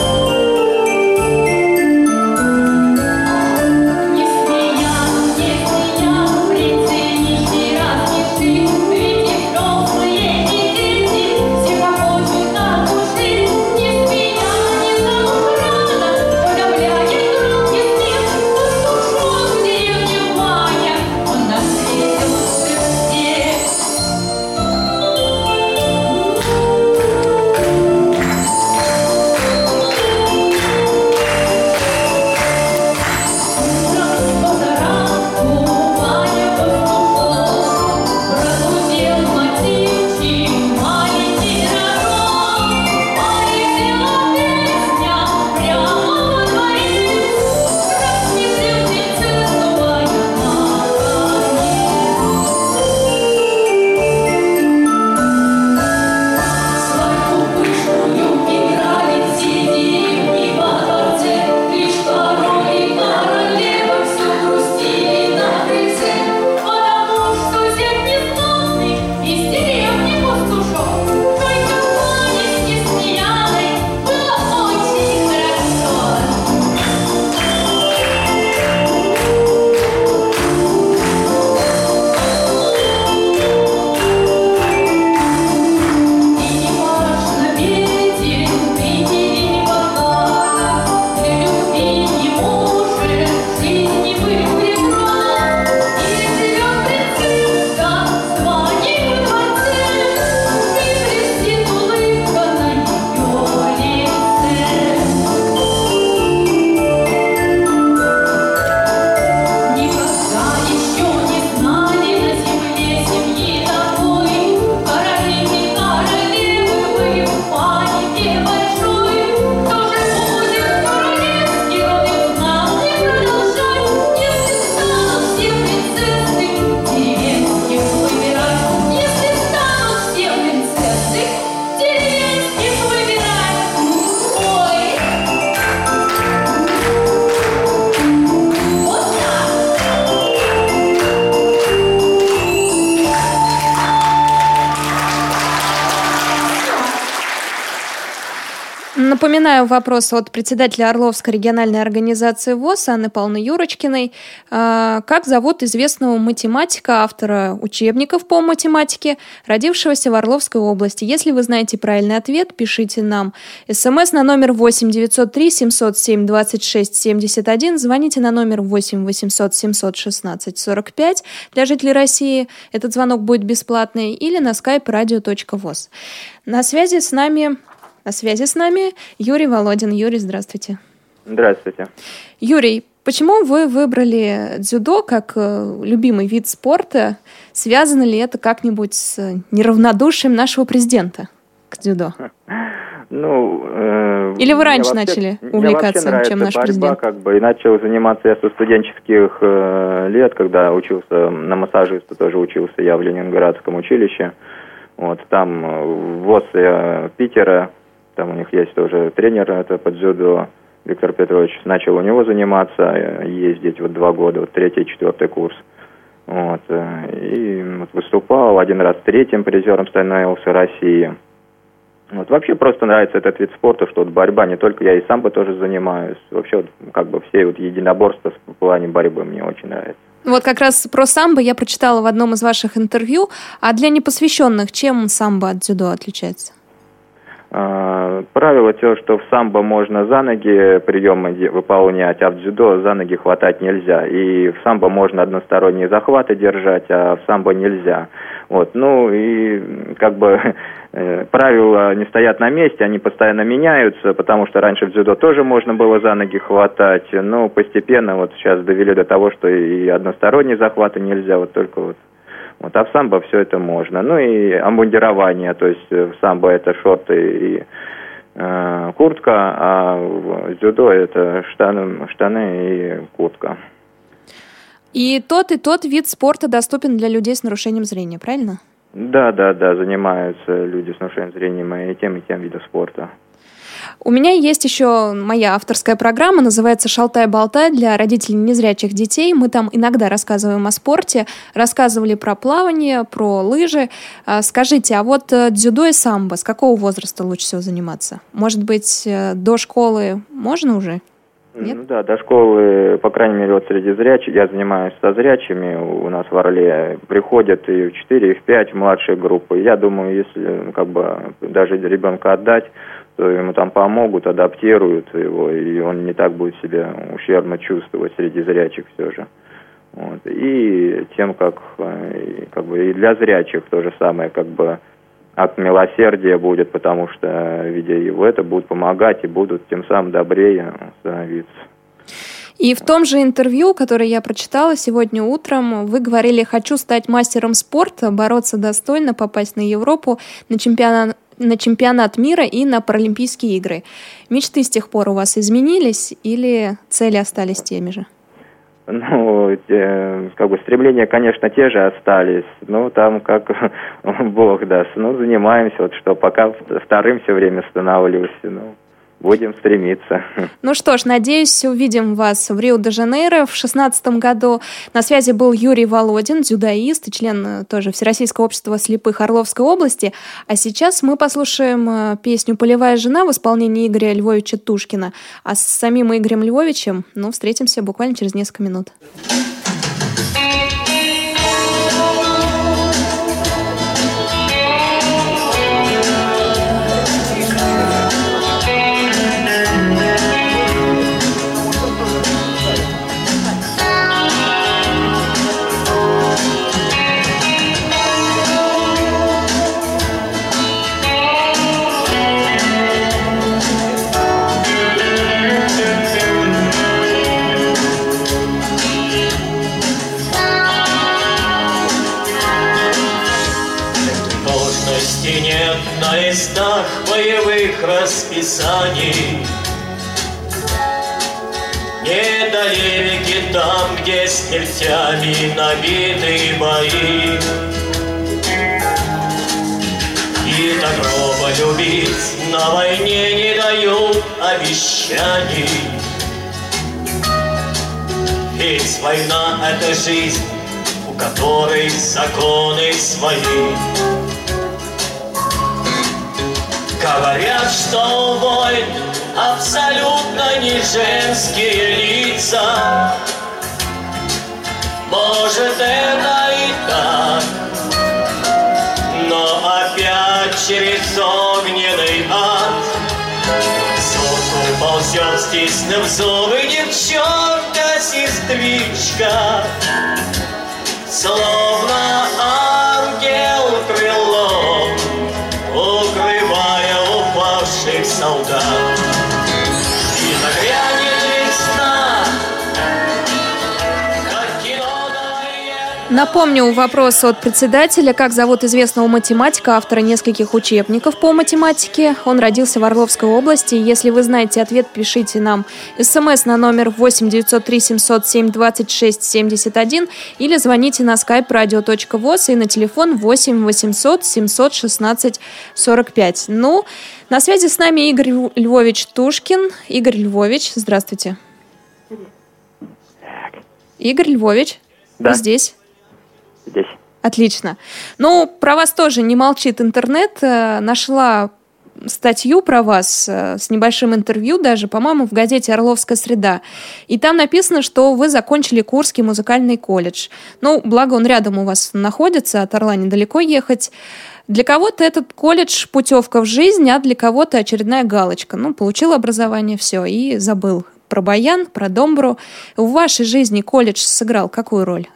Напоминаю вопрос от председателя Орловской региональной организации ВОС Анны Павловны Юрочкиной. Как зовут известного математика, автора учебников по математике, родившегося в Орловской области? Если вы знаете правильный ответ, пишите нам. СМС на номер 8 903 707 26 71. Звоните на номер 8 800 716 45 для жителей России. Этот звонок будет бесплатный. Или на skype radio.voz. На связи с нами Юрий Володин. Юрий, здравствуйте. Здравствуйте. Юрий, почему вы выбрали дзюдо как любимый вид спорта? Связано ли это как-нибудь с неравнодушием нашего президента к дзюдо? Или вы раньше начали увлекаться, чем наш президент? И начал заниматься я со студенческих лет, когда учился на массажиста, тоже учился я в Ленинградском училище. Там ВОС Питера. Там у них есть тоже тренер, это по дзюдо, Виктор Петрович. Начал у него заниматься, ездить 2 года, 3-й, 4-й курс. И выступал, один раз 3-м призером становился России. Вообще просто нравится этот вид спорта, что борьба, не только я и самбо тоже занимаюсь. Вообще все единоборства в плане борьбы мне очень нравятся. Как раз про самбо я прочитала в одном из ваших интервью. А для непосвященных чем самбо от дзюдо отличается? Правило то, что в самбо можно за ноги приемы выполнять, а в дзюдо за ноги хватать нельзя. И в самбо можно односторонние захваты держать, а в самбо нельзя. Правила не стоят на месте, они постоянно меняются, потому что раньше в дзюдо тоже можно было за ноги хватать, но постепенно сейчас довели до того, что и односторонние захваты нельзя, а в самбо все это можно. И обмундирование, то есть в самбо это шорты и куртка, а в дзюдо это штаны и куртка. И тот вид спорта доступен для людей с нарушением зрения, правильно? Да, занимаются люди с нарушением зрения и тем видом спорта. У меня есть еще моя авторская программа, называется «Шалтай-болтай» для родителей незрячих детей. Мы там иногда рассказываем о спорте, рассказывали про плавание, про лыжи. Скажите, а дзюдо и самбо, с какого возраста лучше всего заниматься? Может быть, до школы можно уже? Нет? До школы, по крайней мере, среди зрячих, я занимаюсь со зрячими, у нас в Орле приходят и в 4, и в 5 младшие группы. Я думаю, если даже ребенка отдать, то ему там помогут, адаптируют его, и он не так будет себя ущербно чувствовать среди зрячих все же. И тем, и для зрячих то же самое, от милосердия будет, потому что, видя его, это будут помогать и будут тем самым добрее становиться. И в том же интервью, которое я прочитала сегодня утром, вы говорили: «Хочу стать мастером спорта, бороться достойно, попасть на Европу, на чемпионат мира и на Паралимпийские игры». Мечты с тех пор у вас изменились или цели остались теми же? Стремления, конечно, те же остались. Там как Бог даст. Занимаемся, что пока вторым все время становлюсь. Будем стремиться. Что ж, надеюсь, увидим вас в Рио-де-Жанейро в 2016 году. На связи был Юрий Володин, дзюдоист и член тоже Всероссийского общества слепых Орловской области. А сейчас мы послушаем песню «Полевая жена» в исполнении Игоря Львовича Тушкина. А с самим Игорем Львовичем встретимся буквально через несколько минут. На листах боевых расписаний недолевики там, где смертями набиты бои. И до гроба любить на войне не дают обещаний. Ведь война — это жизнь, у которой законы свои. Говорят, что войн абсолютно не женские лица. Может, это и так, но опять через огненный ад сбоку ползет, стиснув зубы, девчонка-сестричка, словно ангел крылом, укрывая упавших солдат. И нагрянет весна, как кино новое. Напомню вопрос от председателя. Как зовут известного математика, автора нескольких учебников по математике? Он родился в Орловской области. Если вы знаете ответ, пишите нам СМС на номер 8 903 707 26 71 или звоните на skype radio.voz и на телефон 8 800 716 45. Ну, на связи с нами Игорь Львович Тушкин. Игорь Львович, здравствуйте. Игорь Львович, да. Вы здесь? Здесь. Отлично. Ну, про вас тоже не молчит интернет. Нашла статью про вас с небольшим интервью даже, по-моему, в газете «Орловская среда». И там написано, что вы закончили Курский музыкальный колледж. Ну, благо он рядом у вас находится, от Орла недалеко ехать. Для кого-то этот колледж – путевка в жизнь, а для кого-то очередная галочка. Ну, получил образование, все, и забыл про баян, про домбру. В вашей жизни колледж сыграл какую роль?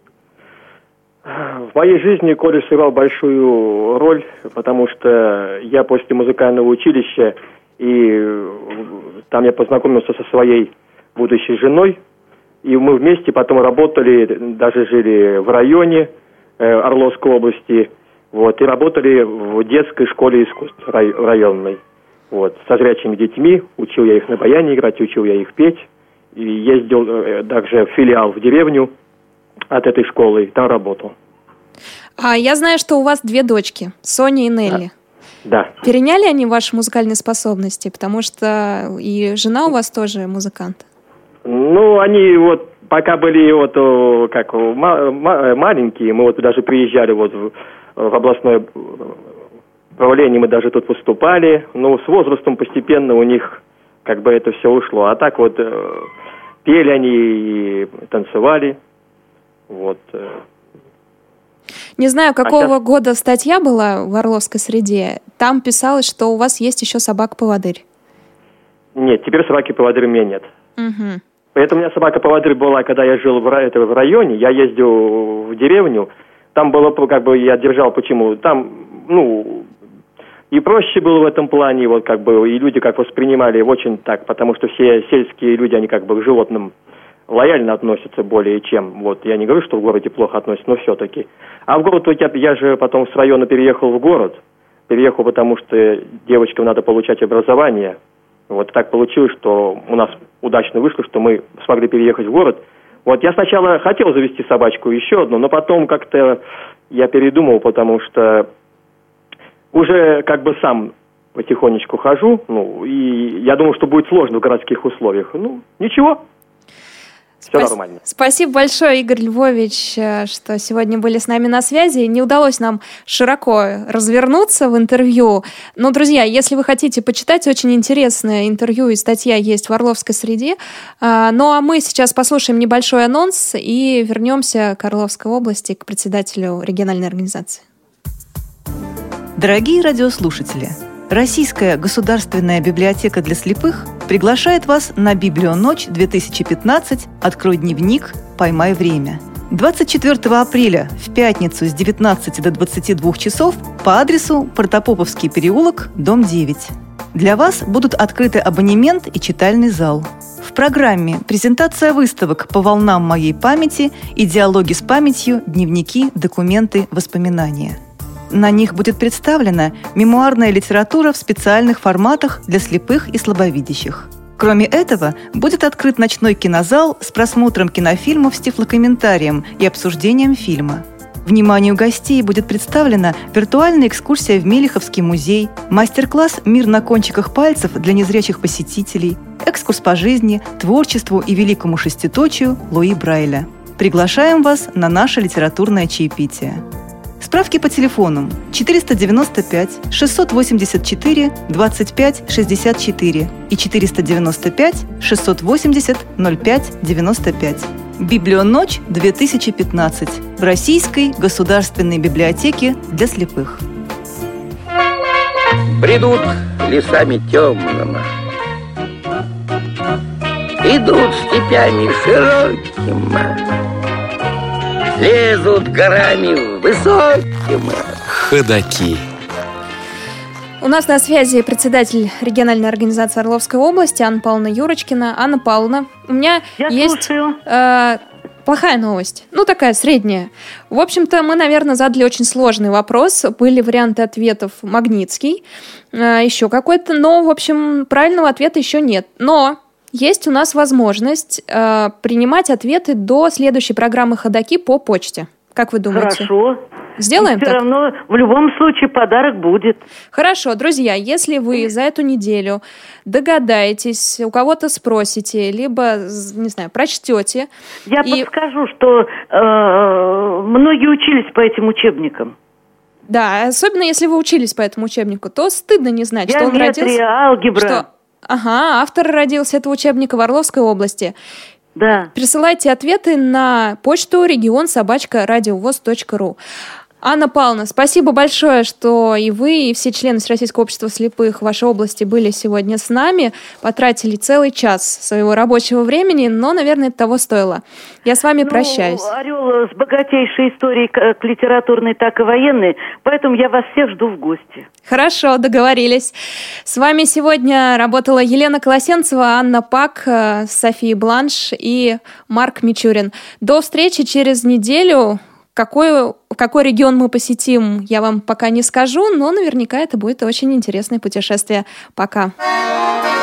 В моей жизни колледж сыграл большую роль, потому что я после музыкального училища, и там я познакомился со своей будущей женой, и мы вместе потом работали, даже жили в районе Орловской области, вот, и работали в детской школе искусств районной, вот, со зрячими детьми. Учил я их на баяне играть, учил я их петь, и ездил также в филиал в деревню от этой школы, там работал. А я знаю, что у вас две дочки, Соня и Нелли. Да. Переняли они ваши музыкальные способности? Потому что и жена у вас тоже музыкант. Ну, они вот пока были вот как маленькие, мы вот даже приезжали вот в областное правление, мы даже тут выступали, но с возрастом постепенно у них как бы это все ушло. А так вот пели они и танцевали. Вот. Не знаю, какого года статья была в Орловской среде. Там писалось, что у вас есть еще собака-поводырь. Нет, теперь собаки-поводырь у меня нет. Угу. Поэтому у меня собака-поводырь была, когда я жил в районе, я ездил в деревню. Там было, как бы, я держал, почему? Там, ну, и проще было в этом плане, вот, как бы, и люди как воспринимали очень так, потому что все сельские люди, они как бы к животным лояльно относятся более чем. Вот, я не говорю, что в городе плохо относятся, но все-таки. А в город, я же потом с района переехал в город. Переехал, потому что девочкам надо получать образование. Вот так получилось, что у нас удачно вышло, что мы смогли переехать в город. Вот я сначала хотел завести собачку еще одну, но потом как-то я передумал, потому что уже как бы сам потихонечку хожу, ну, и я думал, что будет сложно в городских условиях. Ну, ничего. Все нормально. Спасибо большое, Игорь Львович, что сегодня были с нами на связи. Не удалось нам широко развернуться в интервью. Но, друзья, если вы хотите почитать, очень интересное интервью и статья есть в Орловской среде. Ну, а мы сейчас послушаем небольшой анонс и вернемся к Орловской области, к председателю региональной организации. Дорогие радиослушатели, Российская государственная библиотека для слепых приглашает вас на Библионочь 2015 «Открой дневник, поймай время». 24 апреля в пятницу с 19 до 22 часов по адресу Протопоповский переулок, дом 9. Для вас будут открыты абонемент и читальный зал. В программе презентация выставок по волнам моей памяти и диалоги с памятью, дневники, документы, воспоминания. На них будет представлена мемуарная литература в специальных форматах для слепых и слабовидящих. Кроме этого, будет открыт ночной кинозал с просмотром кинофильмов с тифлокомментарием и обсуждением фильма. Вниманию гостей будет представлена виртуальная экскурсия в Мелиховский музей, мастер-класс «Мир на кончиках пальцев» для незрячих посетителей, экскурс по жизни, творчеству и великому шеститочию Луи Брайля. Приглашаем вас на наше литературное чаепитие. Справки по телефону 495 684 25 64 и 495 680 05 95. «Библионочь 2015» в Российской государственной библиотеке для слепых. Бредут лесами темными, идут степями широкими, лезут горами высокими. Ходаки. У нас на связи председатель региональной организации Орловской области Анна Павловна Юрочкина. Анна Павловна, у меня есть плохая новость, такая средняя. В общем-то, мы, наверное, задали очень сложный вопрос. Были варианты ответов Магнитский, еще какой-то, но, в общем, правильного ответа еще нет. Но есть у нас возможность принимать ответы до следующей программы «Ходаки» по почте. Как вы думаете? Хорошо. Сделаем все так? Все равно в любом случае подарок будет. Хорошо, друзья, если вы за эту неделю догадаетесь, у кого-то спросите, либо, не знаю, прочтете. Я подскажу, что многие учились по этим учебникам. Да, особенно если вы учились по этому учебнику, то стыдно не знать, что он родился... Геометрия, алгебра. Автор родился этого учебника в Орловской области. Да. Присылайте ответы на почту region@радиовоз.ру. Анна Павловна, спасибо большое, что и вы, и все члены Всероссийского общества слепых в вашей области были сегодня с нами. Потратили целый час своего рабочего времени, но, наверное, это того стоило. Я с вами прощаюсь. Орел с богатейшей историей, как литературной, так и военной, поэтому я вас всех жду в гости. Хорошо, договорились. С вами сегодня работала Елена Колосенцева, Анна Пак, София Бланш и Марк Мичурин. До встречи через неделю. Какой регион мы посетим, я вам пока не скажу, но наверняка это будет очень интересное путешествие. Пока.